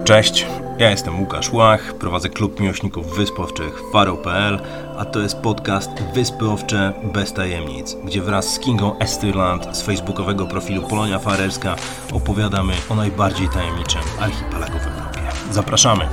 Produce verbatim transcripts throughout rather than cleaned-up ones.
Cześć, ja jestem Łukasz Łach, prowadzę klub miłośników Wysp Owczych faro kropka pe el, a to jest podcast Wyspy Owcze bez tajemnic, gdzie wraz z Kingą Esterland z facebookowego profilu Polonia Farerska opowiadamy o najbardziej tajemniczym archipelagu w Europie. Zapraszamy!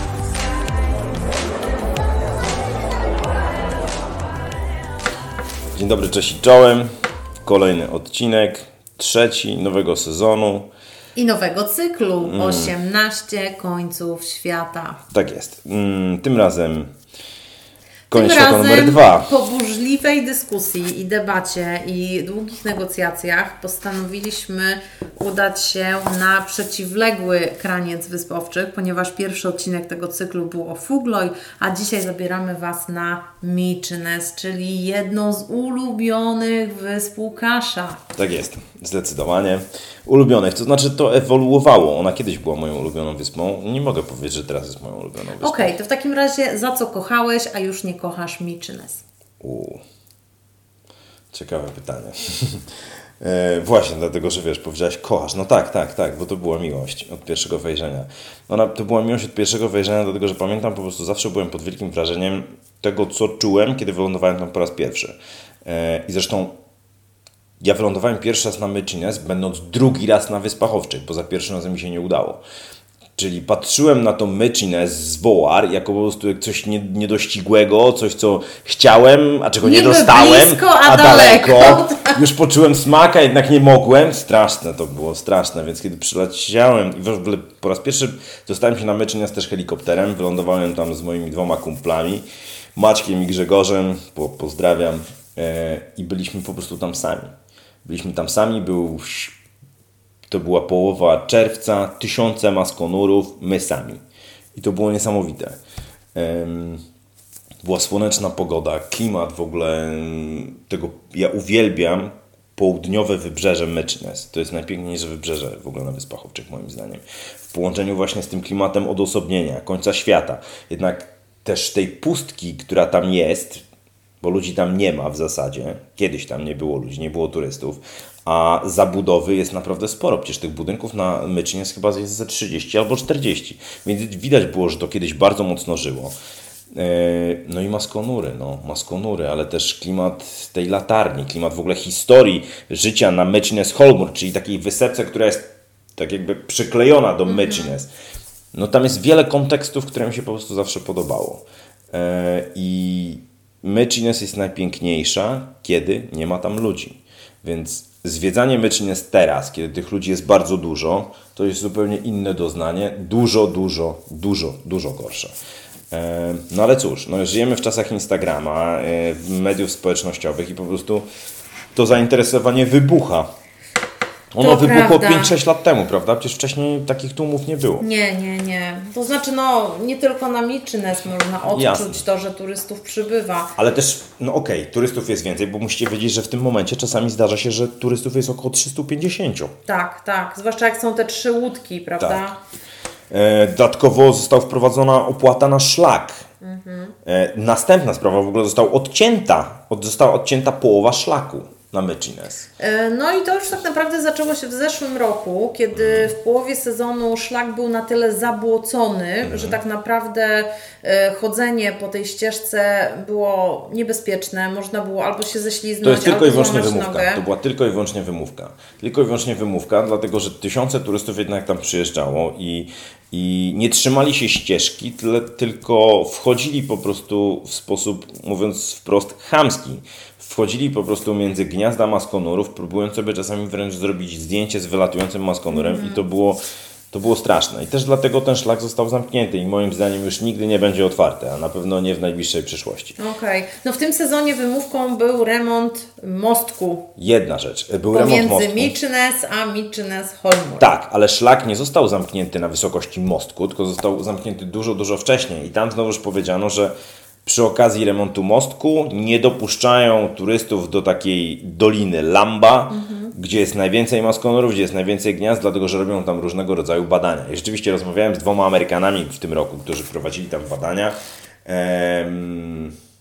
Dzień dobry, cześć i czołem. Kolejny odcinek, trzeci nowego sezonu. I nowego cyklu, mm. osiemnaście końców świata. Tak jest. Mm, tym razem koniec tym świata razem numer dwa. Po burzliwej dyskusji i debacie i długich negocjacjach postanowiliśmy udać się na przeciwległy kraniec Wysp Owczych, ponieważ pierwszy odcinek tego cyklu był o Fugloy, a dzisiaj zabieramy Was na Mycznes, czyli jedną z ulubionych wysp Łukasza. Tak jest, zdecydowanie. Ulubionych, to znaczy to ewoluowało. Ona kiedyś była moją ulubioną wyspą. Nie mogę powiedzieć, że teraz jest moją ulubioną wyspą. Okej, okay, to w takim razie za co kochałeś, a już nie kochasz Mycznes? Uuu, ciekawe pytanie. e, właśnie, dlatego, że wiesz, powiedziałaś kochasz. No tak, tak, tak, bo to była miłość od pierwszego wejrzenia. Ona, to była miłość od pierwszego wejrzenia, dlatego, że pamiętam, po prostu zawsze byłem pod wielkim wrażeniem tego, co czułem, kiedy wylądowałem tam po raz pierwszy. E, I zresztą ja wylądowałem pierwszy raz na Mycznes, będąc drugi raz na Wyspach Owczych, bo za pierwszym razem mi się nie udało. Czyli patrzyłem na to Mycznes z Voar jako po prostu coś nie, niedościgłego, coś co chciałem, a czego nie Niby dostałem, blisko, a, a daleko. daleko. Już poczułem smaka, jednak nie mogłem. Straszne to było, straszne. Więc kiedy przyleciałem i w ogóle po raz pierwszy dostałem się na Mycznes też helikopterem, wylądowałem tam z moimi dwoma kumplami, Maćkiem i Grzegorzem, po, pozdrawiam, e, i byliśmy po prostu tam sami. Byliśmy tam sami, był... To była połowa czerwca, tysiące maskonurów, my sami. I to było niesamowite. Um, była słoneczna pogoda, klimat w ogóle tego, ja uwielbiam południowe wybrzeże Mycznes. To jest najpiękniejsze wybrzeże w ogóle na Wyspach Owczych moim zdaniem. W połączeniu właśnie z tym klimatem odosobnienia, końca świata. Jednak też tej pustki, która tam jest, bo ludzi tam nie ma w zasadzie. Kiedyś tam nie było ludzi, nie było turystów. A zabudowy jest naprawdę sporo. Przecież tych budynków na Mycznes chyba jest ze trzydzieści albo czterdzieści. Więc widać było, że to kiedyś bardzo mocno żyło. No i maskonury, no, maskonury, ale też klimat tej latarni, klimat w ogóle historii życia na Mycznes Holmur, czyli takiej wysepce, która jest tak jakby przyklejona do Mycznes. No tam jest wiele kontekstów, które mi się po prostu zawsze podobało. I Mycznes jest najpiękniejsza, kiedy nie ma tam ludzi. Więc zwiedzanie Mycznes teraz, kiedy tych ludzi jest bardzo dużo, to jest zupełnie inne doznanie. Dużo, dużo, dużo, dużo gorsze. No ale cóż, no żyjemy w czasach Instagrama, mediów społecznościowych i po prostu to zainteresowanie wybucha. Ono to wybuchło prawda. pięć sześć lat temu, prawda? Przecież wcześniej takich tłumów nie było. Nie, nie, nie. To znaczy, no, nie tylko na Mycznes można odczuć Jasne. to, że turystów przybywa. Ale też, no okej, okay, turystów jest więcej, bo musicie wiedzieć, że w tym momencie czasami zdarza się, że turystów jest około trzysta pięćdziesiąt. Tak, tak. Zwłaszcza jak są te trzy łódki, prawda? Tak. E, dodatkowo została wprowadzona opłata na szlak. Mhm. E, następna sprawa w ogóle została odcięta. Od, została odcięta połowa szlaku na Mycznes. No i to już tak naprawdę zaczęło się w zeszłym roku, kiedy w połowie sezonu szlak był na tyle zabłocony, mm. że tak naprawdę chodzenie po tej ścieżce było niebezpieczne. Można było albo się ześliznąć, to jest tylko albo i wyłącznie wymówka. Nogę. To była tylko i wyłącznie wymówka. Tylko i wyłącznie wymówka, dlatego że tysiące turystów jednak tam przyjeżdżało i, i nie trzymali się ścieżki, tyle, tylko wchodzili po prostu w sposób, mówiąc wprost, chamski. Wchodzili po prostu między gniazda maskonurów, próbując sobie czasami wręcz zrobić zdjęcie z wylatującym maskonurem mm. i to było, to było straszne. I też dlatego ten szlak został zamknięty i moim zdaniem już nigdy nie będzie otwarty, a na pewno nie w najbliższej przyszłości. Okej. Okay. No w tym sezonie wymówką był remont mostku. Jedna rzecz. Był Pomiędzy remont mostku. Mycznes a Mycznes Holmur. Tak, ale szlak nie został zamknięty na wysokości mostku, tylko został zamknięty dużo, dużo wcześniej. I tam znowuż powiedziano, że przy okazji remontu mostku nie dopuszczają turystów do takiej doliny Lamba, mhm. gdzie jest najwięcej maskonurów, gdzie jest najwięcej gniazd, dlatego że robią tam różnego rodzaju badania. I rzeczywiście rozmawiałem z dwoma Amerykanami w tym roku, którzy prowadzili tam badania. Ehm,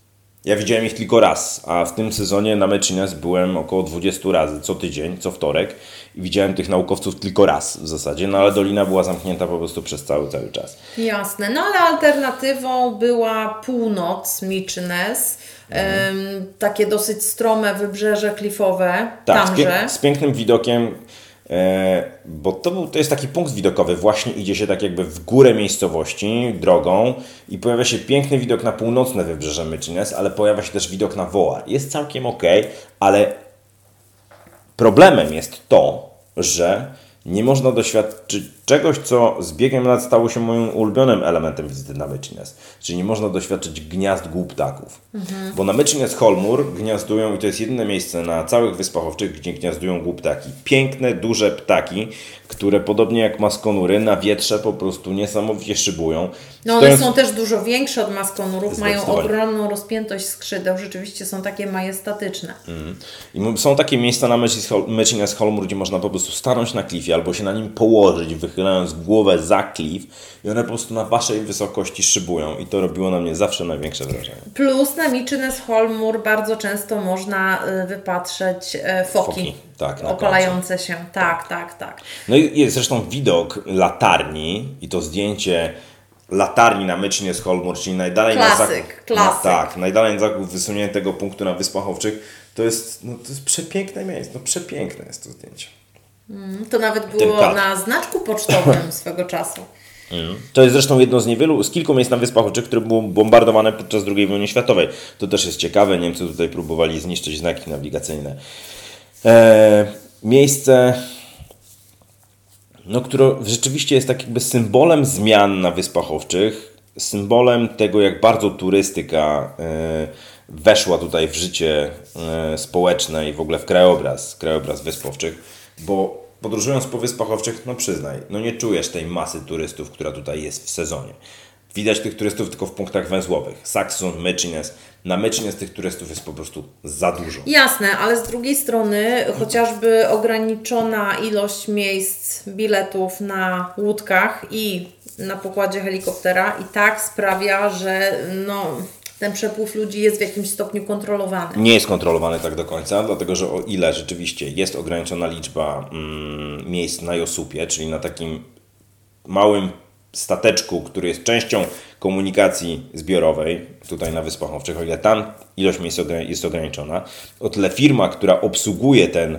Ja widziałem ich tylko raz, a w tym sezonie na Mecines byłem około dwadzieścia razy, co tydzień, co wtorek i widziałem tych naukowców tylko raz w zasadzie, no ale dolina była zamknięta po prostu przez cały, cały czas. Jasne, no ale alternatywą była północ Mykines, mhm. ym, takie dosyć strome wybrzeże klifowe, tak, tamże. Z, pięk- z pięknym widokiem, e, bo to, był, to jest taki punkt widokowy, właśnie idzie się tak jakby w górę miejscowości drogą i pojawia się piękny widok na północne wybrzeże Mykines, ale pojawia się też widok na Voar. Jest całkiem okej, okay, ale problemem jest to, że nie można doświadczyć czegoś, co z biegiem lat stało się moim ulubionym elementem wizyty na Mykines. Czyli nie można doświadczyć gniazd głów ptaków. Mhm. Bo na Mykines Holmur gniazdują, i to jest jedyne miejsce na całych Wyspach Owczych, gdzie gniazdują głuptaki. Piękne, duże ptaki, które podobnie jak maskonury na wietrze po prostu niesamowicie szybują. No one Stojąc... są też dużo większe od maskonurów, mają ogromną rozpiętość skrzydeł, rzeczywiście są takie majestatyczne. Mhm. I są takie miejsca na Mykines Holmur, gdzie można po prostu stanąć na klifie albo się na nim położyć, wychylając głowę za klif i one po prostu na waszej wysokości szybują i to robiło na mnie zawsze największe wrażenie. Plus na Mykines Holmur bardzo często można wypatrzeć foki, foki tak, opalające się. Tak, tak, tak. No i jest zresztą widok latarni i to zdjęcie latarni na Mykines Holmur, czyli najdalej klasyk, na zakup, klasyk. Na, tak, najdalej na zakup wysuniętego punktu na Wyspach Owczych. To jest, no, to jest przepiękne miejsce, no przepiękne jest to zdjęcie. Mm, to nawet było na znaczku pocztowym swego czasu. Mm. To jest zresztą jedno z niewielu, z kilku miejsc na Wyspach Owczych, które było bombardowane podczas drugiej wojny światowej. To też jest ciekawe, Niemcy tutaj próbowali zniszczyć znaki nawigacyjne. Eee, miejsce, no, które rzeczywiście jest tak jakby symbolem zmian na Wyspach Owczych, symbolem tego, jak bardzo turystyka e, weszła tutaj w życie e, społeczne i w ogóle w krajobraz, krajobraz Wysp Owczych. Bo podróżując po Wyspach Owczych, no przyznaj, no nie czujesz tej masy turystów, która tutaj jest w sezonie. Widać tych turystów tylko w punktach węzłowych. Saxon, Mykines. Na Mykines tych turystów jest po prostu za dużo. Jasne, ale z drugiej strony chociażby ograniczona ilość miejsc, biletów na łódkach i na pokładzie helikoptera i tak sprawia, że no... ten przepływ ludzi jest w jakimś stopniu kontrolowany. Nie jest kontrolowany tak do końca, dlatego że o ile rzeczywiście jest ograniczona liczba mm, miejsc na Josupie, czyli na takim małym stateczku, który jest częścią komunikacji zbiorowej tutaj na Wyspach Owczych, o ile tam ilość miejsc jest ograniczona, o tyle firma, która obsługuje ten,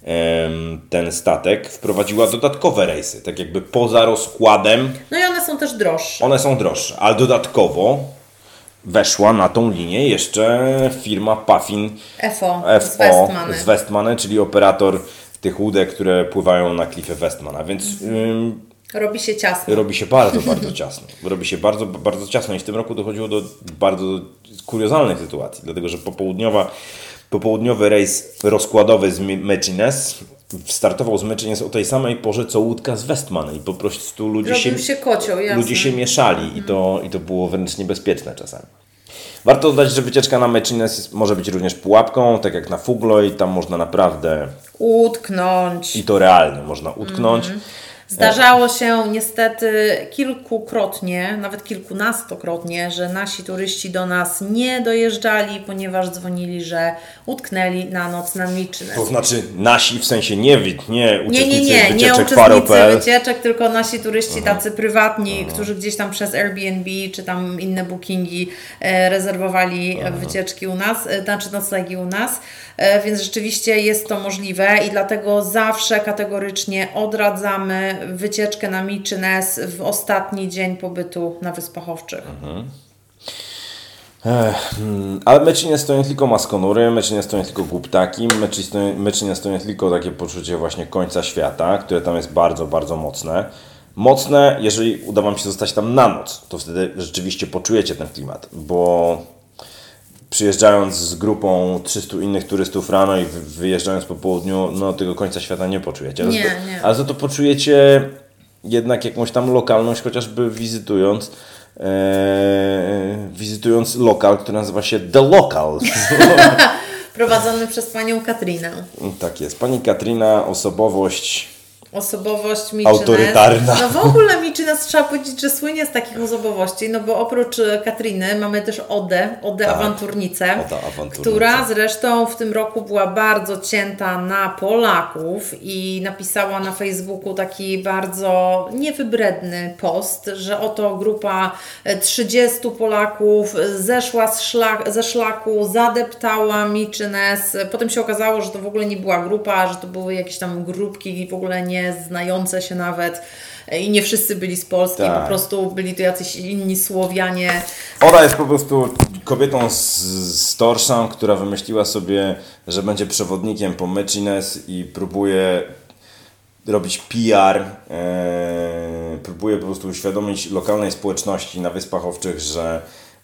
ten statek, wprowadziła dodatkowe rejsy, tak jakby poza rozkładem. No i one są też droższe. One są droższe, ale dodatkowo weszła na tą linię jeszcze firma Puffin F O, F O z Westmany. z Westmany, czyli operator tych łódek, które pływają na klifie Westmana, więc ym, robi się ciasno. Robi się bardzo, bardzo ciasno. Robi się bardzo, bardzo ciasno i w tym roku dochodziło do bardzo kuriozalnych sytuacji, dlatego że popołudniowa, popołudniowy rejs rozkładowy z Mykines startował z Mykines o tej samej porze, co łódka z Westmany i po prostu ludzie się, się, kocioł, ludzie się mieszali mm. i, to, i to było wręcz niebezpieczne czasami. Warto dodać, że wycieczka na Mykines może być również pułapką, tak jak na Fugloy, tam można naprawdę utknąć. I to realnie można utknąć. Mm. Zdarzało się niestety kilkukrotnie, nawet kilkunastokrotnie, że nasi turyści do nas nie dojeżdżali, ponieważ dzwonili, że utknęli na noc na Mykines. To znaczy nasi, w sensie nie, nie uczestnicy nie, nie, nie, wycieczek nie uczestnicy wycieczek, tylko nasi turyści Aha. tacy prywatni, Aha. którzy gdzieś tam przez Airbnb czy tam inne bookingi e, rezerwowali Aha. wycieczki u nas, e, znaczy noclegi u nas. Więc rzeczywiście jest to możliwe i dlatego zawsze kategorycznie odradzamy wycieczkę na Mykines w ostatni dzień pobytu na Wyspach Owczych. Mhm. Ech, ale Mykines to nie tylko maskonury, Mykines to nie tylko głuptaki, Mykines to nie tylko takie poczucie właśnie końca świata, które tam jest bardzo, bardzo mocne. Mocne, jeżeli uda Wam się zostać tam na noc, to wtedy rzeczywiście poczujecie ten klimat, bo przyjeżdżając z grupą trzystu innych turystów rano i wyjeżdżając po południu, no tego końca świata nie poczujecie. Nie, ale, nie. ale za to poczujecie jednak jakąś tam lokalność, chociażby wizytując e, wizytując lokal, który nazywa się The Local. Prowadzony przez panią Katrinę. Tak jest. Pani Katrina, osobowość osobowość Miczynes. Autorytarna. No w ogóle Miczynes trzeba powiedzieć, że słynie z takich osobowości, no bo oprócz Katryny mamy też Odę, Odę tak. Awanturnicę, Oda Awanturnica, która zresztą w tym roku była bardzo cięta na Polaków i napisała na Facebooku taki bardzo niewybredny post, że oto grupa trzydziestu Polaków zeszła z szlak, ze szlaku, zadeptała Miczynes. Potem się okazało, że to w ogóle nie była grupa, że to były jakieś tam grupki w ogóle nie znające się nawet i nie wszyscy byli z Polski, tak. Po prostu byli to jacyś inni Słowianie. Oda jest po prostu kobietą z, z Tórshavn, która wymyśliła sobie, że będzie przewodnikiem po Miczynes i próbuje robić P R, e, próbuje po prostu uświadomić lokalnej społeczności na Wyspach Owczych, że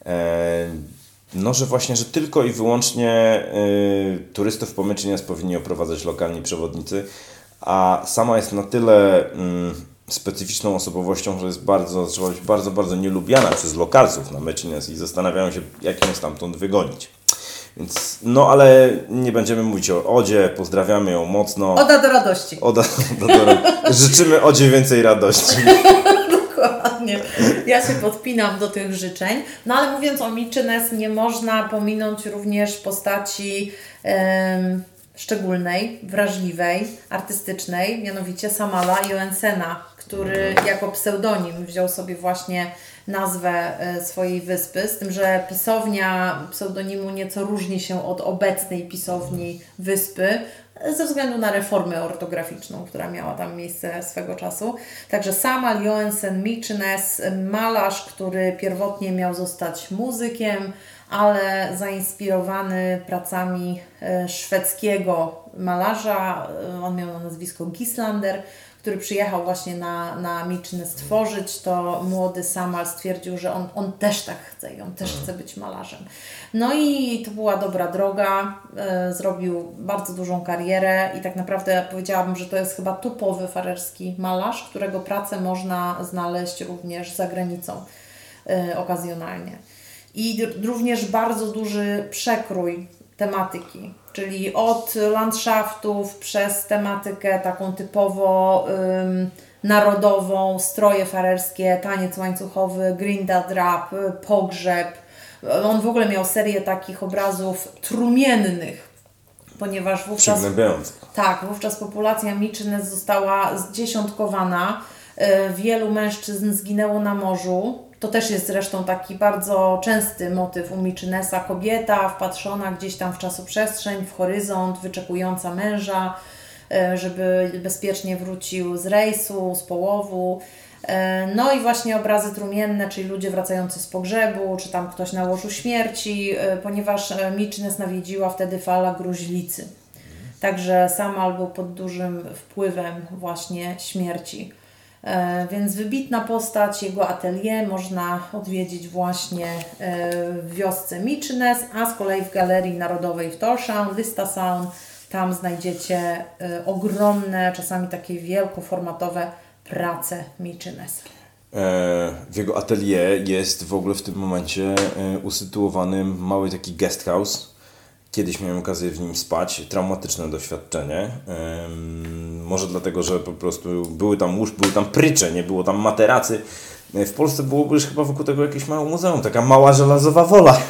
e, no, że właśnie, że tylko i wyłącznie y, turystów po Miczynes powinni oprowadzać lokalni przewodnicy, a sama jest na tyle y, specyficzną osobowością, że jest bardzo, trzeba być bardzo, bardzo nielubiana przez lokalców na Miczynes i zastanawiają się, jak ją stamtąd wygonić. Więc, no ale nie będziemy mówić o Odzie, pozdrawiamy ją mocno. Oda do radości. Oda, Oda do radości. Życzymy Odzie więcej radości. Dokładnie. Ja się podpinam do tych życzeń. No ale mówiąc o Miczynes, nie można pominąć również postaci um, szczególnej, wrażliwej, artystycznej, mianowicie Samala Joensena, który jako pseudonim wziął sobie właśnie nazwę swojej wyspy, z tym, że pisownia pseudonimu nieco różni się od obecnej pisowni wyspy, ze względu na reformę ortograficzną, która miała tam miejsce swego czasu. Także Samal Joensen Miczynes, malarz, który pierwotnie miał zostać muzykiem, ale zainspirowany pracami szwedzkiego malarza, on miał na nazwisko Gislander, który przyjechał właśnie na, na Miczynes tworzyć, to młody Samal stwierdził, że on, on też tak chce i on też chce być malarzem. No i to była dobra droga, e, zrobił bardzo dużą karierę i tak naprawdę powiedziałabym, że to jest chyba topowy farerski malarz, którego pracę można znaleźć również za granicą e, okazjonalnie. I również bardzo duży przekrój tematyki, czyli od landschaftów przez tematykę taką typowo ym, narodową, stroje farerskie, taniec łańcuchowy, grindadrap, pogrzeb. On w ogóle miał serię takich obrazów trumiennych, ponieważ wówczas, tak, wówczas populacja Miczynes została zdziesiątkowana, yy, wielu mężczyzn zginęło na morzu. To też jest zresztą taki bardzo częsty motyw u Miczynesa. Kobieta wpatrzona gdzieś tam w czasoprzestrzeń, w horyzont, wyczekująca męża, żeby bezpiecznie wrócił z rejsu, z połowu. No i właśnie obrazy trumienne, czyli ludzie wracający z pogrzebu, czy tam ktoś na łożu śmierci, ponieważ Miczynes nawiedziła wtedy fala gruźlicy. Także Samal był pod dużym wpływem właśnie śmierci. E, więc wybitna postać, jego atelier można odwiedzić właśnie e, w wiosce Miczynes, a z kolei w Galerii Narodowej w Tórshavn, Listassaun, tam znajdziecie e, ogromne, czasami takie wielkoformatowe prace Miczynesa. E, w jego atelier jest w ogóle w tym momencie e, usytuowany mały taki guest house. Kiedyś miałem okazję w nim spać, traumatyczne doświadczenie. Ym, może dlatego, że po prostu były tam łóż, były tam prycze, nie było tam materacy. W Polsce byłoby już chyba wokół tego jakieś małe muzeum, taka mała żelazowa wola.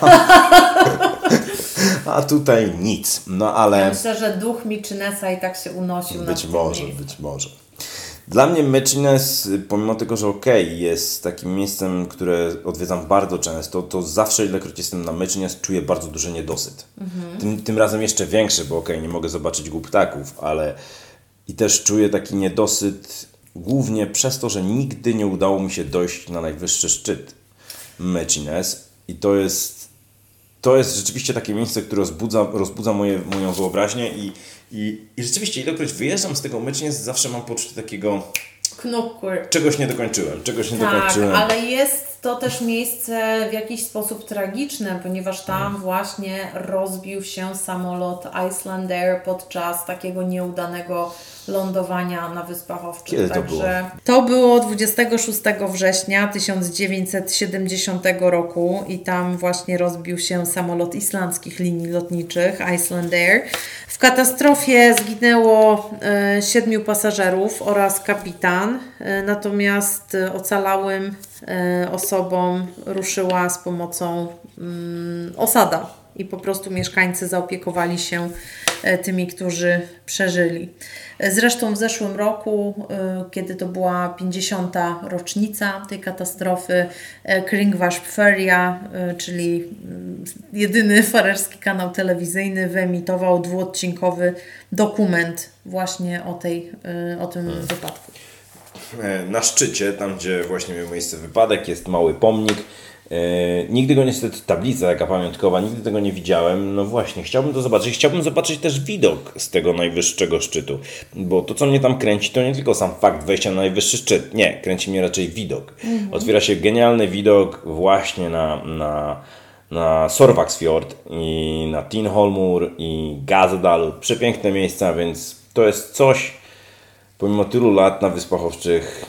A tutaj nic. No ale... Ja myślę, że duch Miczynesa i tak się unosił. Być może, być może. Dla mnie Miczynes, pomimo tego, że okej, okay, jest takim miejscem, które odwiedzam bardzo często, to zawsze, ilekroć jestem na Miczynes, czuję bardzo duży niedosyt. Mhm. Tym, tym razem jeszcze większy, bo okej, okay, nie mogę zobaczyć gór ptaków, ale i też czuję taki niedosyt głównie przez to, że nigdy nie udało mi się dojść na najwyższy szczyt Miczynes i to jest, to jest rzeczywiście takie miejsce, które rozbudza, rozbudza moje, moją wyobraźnię i I, I rzeczywiście, ilekroć wyjeżdżam z tego Miczynes, zawsze mam poczucie takiego... Knupku. Czegoś nie dokończyłem, czegoś nie tak, dokończyłem. ale jest jest to też miejsce w jakiś sposób tragiczne, ponieważ tam właśnie rozbił się samolot Icelandair podczas takiego nieudanego lądowania na Wyspach Owczych. Kiedy to Także było? To było dwudziestego szóstego września tysiąc dziewięćset siedemdziesiątego roku i tam właśnie rozbił się samolot islandzkich linii lotniczych Icelandair. W katastrofie zginęło e, siedmiu pasażerów oraz kapitan, e, natomiast e, ocalałym e, osobom ruszyła z pomocą mm, osada i po prostu mieszkańcy zaopiekowali się e, tymi, którzy przeżyli. Zresztą w zeszłym roku, kiedy to była pięćdziesiąta rocznica tej katastrofy, Kringvarpsferia, czyli jedyny farerski kanał telewizyjny, wyemitował dwuodcinkowy dokument właśnie o, tej, o tym hmm. wypadku. Na szczycie, tam gdzie właśnie miał miejsce wypadek, jest mały pomnik. Yy, nigdy go niestety, tablica taka pamiątkowa, nigdy tego nie widziałem. No właśnie, chciałbym to zobaczyć. Chciałbym zobaczyć też widok z tego najwyższego szczytu, bo to, co mnie tam kręci, to nie tylko sam fakt wejścia na najwyższy szczyt. Nie, kręci mnie raczej widok. Mhm. Otwiera się genialny widok właśnie na, na, na Sorvaksfjord i na Tinholmur i Gazedal. Przepiękne miejsca, więc to jest coś, pomimo tylu lat na Wyspach Owczych.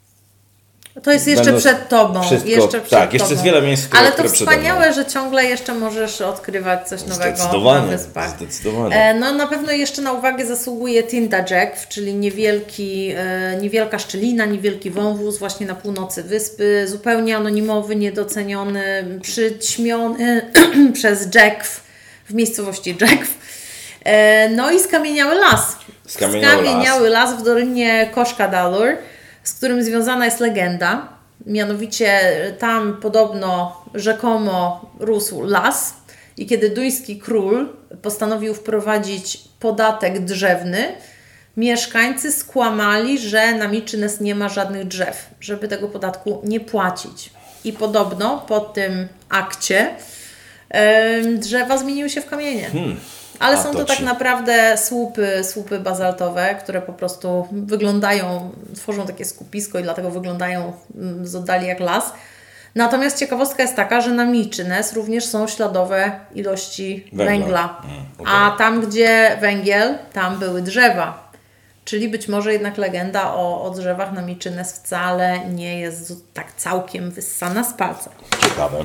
To jest jeszcze Będą przed Tobą. Wszystko, jeszcze przed tak, jeszcze tobą. jest wiele miejsc, które, Ale to które wspaniałe, że ciągle jeszcze możesz odkrywać coś nowego na Wyspach. Zdecydowanie. E, no na pewno jeszcze na uwagę zasługuje Tindajek, czyli niewielki, e, niewielka szczelina, niewielki wąwóz właśnie na północy wyspy, zupełnie anonimowy, niedoceniony, przyćmiony przez Jackw w miejscowości Jackw. E, no i skamieniały las. Skamieniały, skamieniały las. las w Dolinie Koszkadalur, z którym związana jest legenda. Mianowicie tam podobno rzekomo rósł las i kiedy duński król postanowił wprowadzić podatek drzewny, mieszkańcy skłamali, że na Mykines nie ma żadnych drzew, żeby tego podatku nie płacić. I podobno po tym akcie yy, drzewa zmieniły się w kamienie. Hmm. Ale są to tak naprawdę słupy, słupy bazaltowe, które po prostu wyglądają, tworzą takie skupisko i dlatego wyglądają z oddali jak las. Natomiast ciekawostka jest taka, że na Mykines również są śladowe ilości węgla. węgla. Mm, okay. A tam, gdzie węgiel, tam były drzewa. Czyli być może jednak legenda o, o drzewach na Mykines wcale nie jest tak całkiem wyssana z palca. Ciekawe.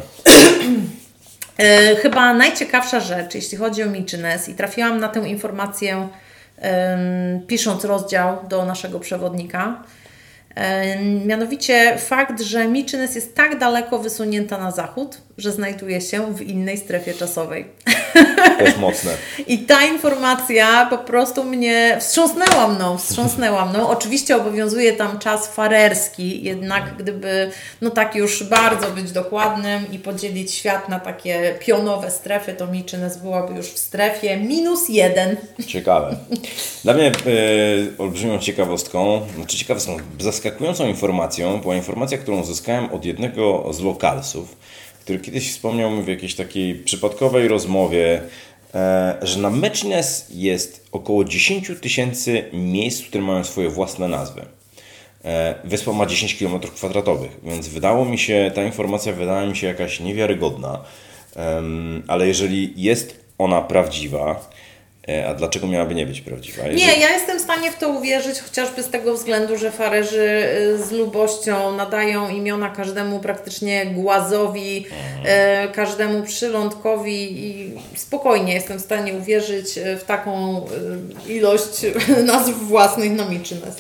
Chyba najciekawsza rzecz, jeśli chodzi o Mykines, i trafiłam na tę informację um, pisząc rozdział do naszego przewodnika, um, mianowicie fakt, że Mykines jest tak daleko wysunięta na zachód, że znajduje się w innej strefie czasowej. Też mocne. I ta informacja po prostu mnie wstrząsnęła mną, wstrząsnęła mną. Oczywiście obowiązuje tam czas farerski, jednak gdyby no tak już bardzo być dokładnym i podzielić świat na takie pionowe strefy, to Mykines byłaby już w strefie minus jeden. Ciekawe. Dla mnie yy, olbrzymią ciekawostką, znaczy ciekawostką, zaskakującą informacją była informacja, którą uzyskałem od jednego z lokalsów, który kiedyś wspomniał mi w jakiejś takiej przypadkowej rozmowie, e, że na Mykines jest około dziesięć tysięcy miejsc, które mają swoje własne nazwy. E, wyspa ma dziesięć kilometrów kwadratowych, więc wydało mi się, ta informacja wydała mi się jakaś niewiarygodna, e, ale jeżeli jest ona prawdziwa, a dlaczego miałaby nie być prawdziwa? Jeżeli... Nie, ja jestem w stanie w to uwierzyć, chociażby z tego względu, że farerzy z lubością nadają imiona każdemu praktycznie głazowi, e, każdemu przylądkowi i spokojnie jestem w stanie uwierzyć w taką ilość nazw własnych na Mykines.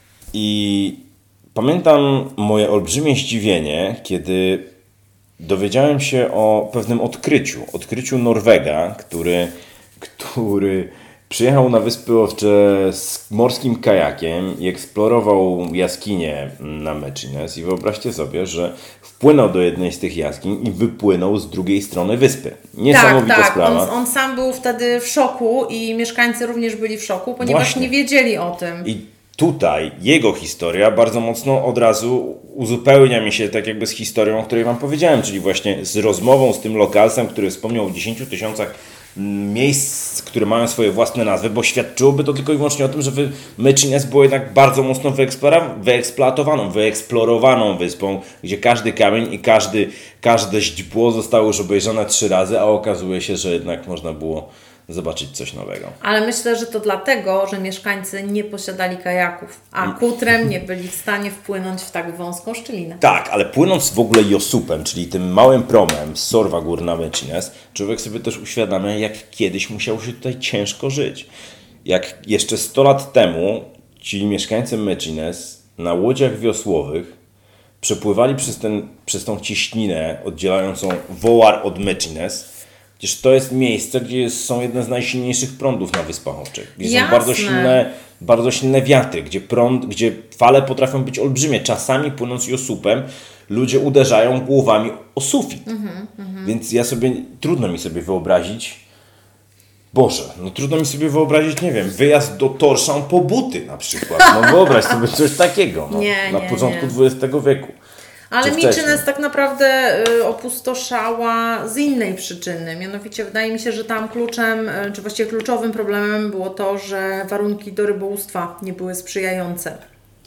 I pamiętam moje olbrzymie zdziwienie, kiedy dowiedziałem się o pewnym odkryciu, odkryciu Norwega, który który przyjechał na Wyspy Owcze z morskim kajakiem i eksplorował jaskinie na Mykines i wyobraźcie sobie, że wpłynął do jednej z tych jaskiń i wypłynął z drugiej strony wyspy. Niesamowita tak, tak. sprawa. On, on sam był wtedy w szoku i mieszkańcy również byli w szoku, ponieważ Właśnie. nie wiedzieli o tym. I tutaj jego historia bardzo mocno od razu uzupełnia mi się tak jakby z historią, o której Wam powiedziałem, czyli właśnie z rozmową z tym lokalsem, który wspomniał o dziesięciu tysiącach miejsc, które mają swoje własne nazwy, bo świadczyłoby to tylko i wyłącznie o tym, że Myczines było jednak bardzo mocno wyeksploatowaną, wyeksplorowaną wyspą, gdzie każdy kamień i każdy, każde źdźbło zostało już obejrzane trzy razy, a okazuje się, że jednak można było zobaczyć coś nowego. Ale myślę, że to dlatego, że mieszkańcy nie posiadali kajaków, a kutrem nie byli w stanie wpłynąć w tak wąską szczelinę. Tak, ale płynąc w ogóle Josupem, czyli tym małym promem z Sorwa Gór na Myczines, człowiek sobie też uświadamia, jak kiedyś musiało się tutaj ciężko żyć. Jak jeszcze sto lat temu ci mieszkańcy Myczines na łodziach wiosłowych przepływali przez, ten, przez tą cieśninę oddzielającą Wołar od Myczines. Przecież to jest miejsce, gdzie jest, są jedne z najsilniejszych prądów na Wyspach Owczych. Gdzie Jasne. są bardzo silne, bardzo silne wiatry, gdzie, prąd, gdzie fale potrafią być olbrzymie. Czasami płynąc Josupem ludzie uderzają głowami o sufit. Mhm, mhm. Więc ja sobie, trudno mi sobie wyobrazić, Boże, no trudno mi sobie wyobrazić, nie wiem, wyjazd do Torszan po buty na przykład. No wyobraź sobie coś takiego no, nie, na nie, początku nie. dwudziestego wieku. Ale Czy wcześniej? Myczines tak naprawdę y, opustoszała z innej przyczyny. Mianowicie wydaje mi się, że tam kluczem, y, czy właściwie kluczowym problemem było to, że warunki do rybołówstwa nie były sprzyjające.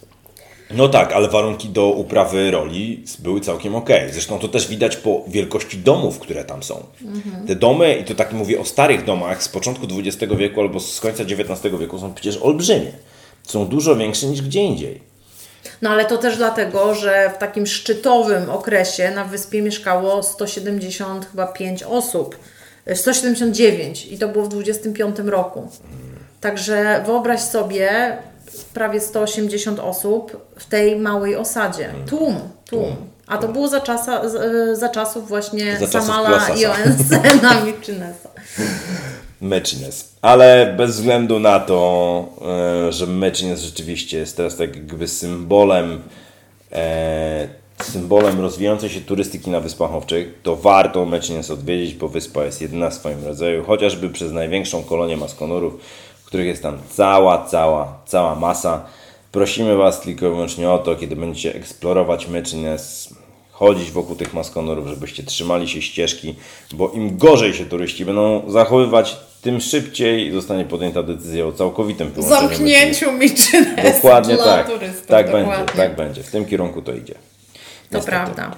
No tak, ale warunki do uprawy roli były całkiem okej. Zresztą to też widać po wielkości domów, które tam są. Mhm. Te domy, i to tak mówię o starych domach z początku dwudziestego wieku albo z końca dziewiętnastego wieku, są przecież olbrzymie. Są dużo większe niż gdzie indziej. No ale to też dlatego, że w takim szczytowym okresie na wyspie mieszkało sto siedemdziesiąt chyba pięć osób. sto siedemdziesiąt dziewięć i to było w dwudziestym piątym roku. Także wyobraź sobie prawie sto osiemdziesiąt osób w tej małej osadzie. Tłum, tłum. A to było za, czasa, za czasów właśnie za Samala czasów i O N C na Myczinesa. Myczines. Ale bez względu na to, e, że Myczines rzeczywiście jest teraz tak jakby symbolem e, symbolem rozwijającej się turystyki na Wyspach Owczych, to warto Myczines odwiedzić, bo wyspa jest jedyna w swoim rodzaju, chociażby przez największą kolonię maskonurów, których jest tam cała, cała, cała masa. Prosimy Was tylko i wyłącznie o to, kiedy będziecie eksplorować Myczines, chodzić wokół tych maskonurów, żebyście trzymali się ścieżki, bo im gorzej się turyści będą zachowywać, tym szybciej zostanie podjęta decyzja o całkowitym wyłączeniu Zamknięciu Myczinesu Dokładnie dla tak. turystów. Tak dokładnie. będzie, tak będzie. W tym kierunku to idzie. To Niestety. prawda.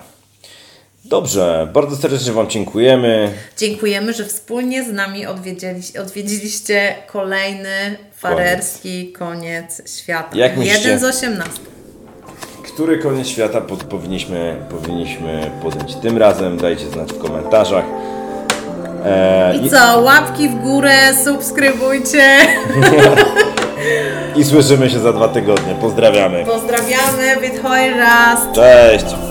Dobrze, bardzo serdecznie Wam dziękujemy. Dziękujemy, że wspólnie z nami odwiedziliście, odwiedziliście kolejny farerski koniec, koniec świata. Jak myślicie? Jeden z osiemnastu. Który koniec świata pod, powinniśmy, powinniśmy podjąć tym razem? Dajcie znać w komentarzach. E, I co? Łapki w górę, subskrybujcie. I słyszymy się za dwa tygodnie. Pozdrawiamy. Pozdrawiamy, witaj raz. Cześć.